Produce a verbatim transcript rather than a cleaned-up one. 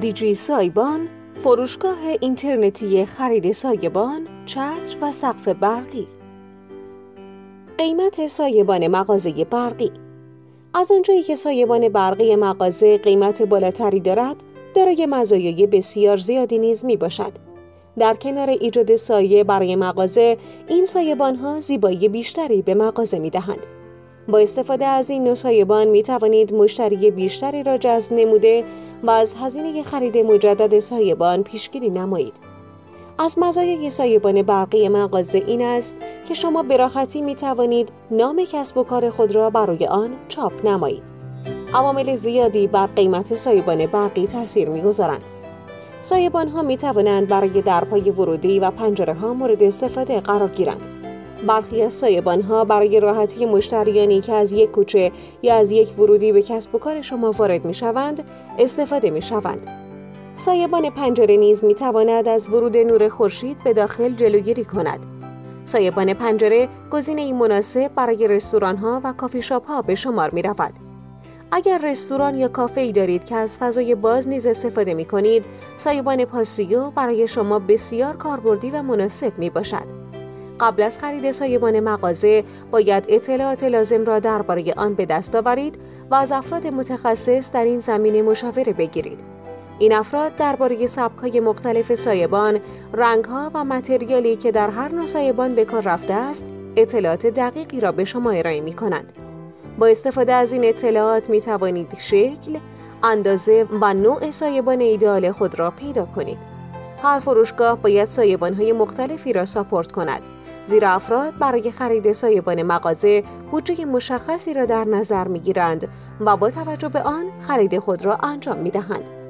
دیجی سایبان، فروشگاه اینترنتی خرید سایبان، چتر و سقف برقی. قیمت سایبان مغازه برقی. از اونجایی که سایبان برقی مغازه قیمت بالاتری دارد، دارای مزایای بسیار زیادی نیز می باشد. در کنار ایجاد سایه برای مغازه، این سایبان‌ها زیبایی بیشتری به مغازه می‌دهند. با استفاده از این نوع سایبان می توانید مشتری بیشتری را جذب نموده و از هزینه خرید مجدد سایبان پیشگیری نمایید. از مزایای سایبان برقی مغازه این است که شما به راحتی می توانید نام کسب و کار خود را برای آن چاپ نمایید. عوامل زیادی بر قیمت سایبان برقی تاثیر می‌گذارند. سایبان ها می توانند برای درپای ورودی و پنجره ها مورد استفاده قرار گیرند. برخی از سایبان ها برای راحتی مشتریانی که از یک کوچه یا از یک ورودی به کسب و کار شما وارد می شوند استفاده می شوند. سایبان پنجره نیز می تواند از ورود نور خورشید به داخل جلوگیری کند. سایبان پنجره گزینه‌ای مناسب برای رستوران ها و کافی شاپ ها به شمار می رود. اگر رستوران یا کافه‌ای دارید که از فضای باز نیز استفاده می کنید، سایبان پاسیو برای شما بسیار کاربردی و مناسب می باشد. قبل از خرید سایبان مغازه، باید اطلاعات لازم را درباره آن به دست آورید و از افراد متخصص در این زمینه مشاوره بگیرید. این افراد درباره سبک‌های مختلف سایبان، رنگ‌ها و متریالی که در هر نوع سایبان به کار رفته است، اطلاعات دقیقی را به شما ارائه می کنند. با استفاده از این اطلاعات می توانید شکل، اندازه و نوع سایبان ایدئال خود را پیدا کنید. هر فروشگاه باید سایبان‌های مختلفی را ساپورت کند، زیرا افراد برای خرید سایبان مغازه بودجه مشخصی را در نظر می‌گیرند و با توجه به آن خرید خود را انجام می‌دهند.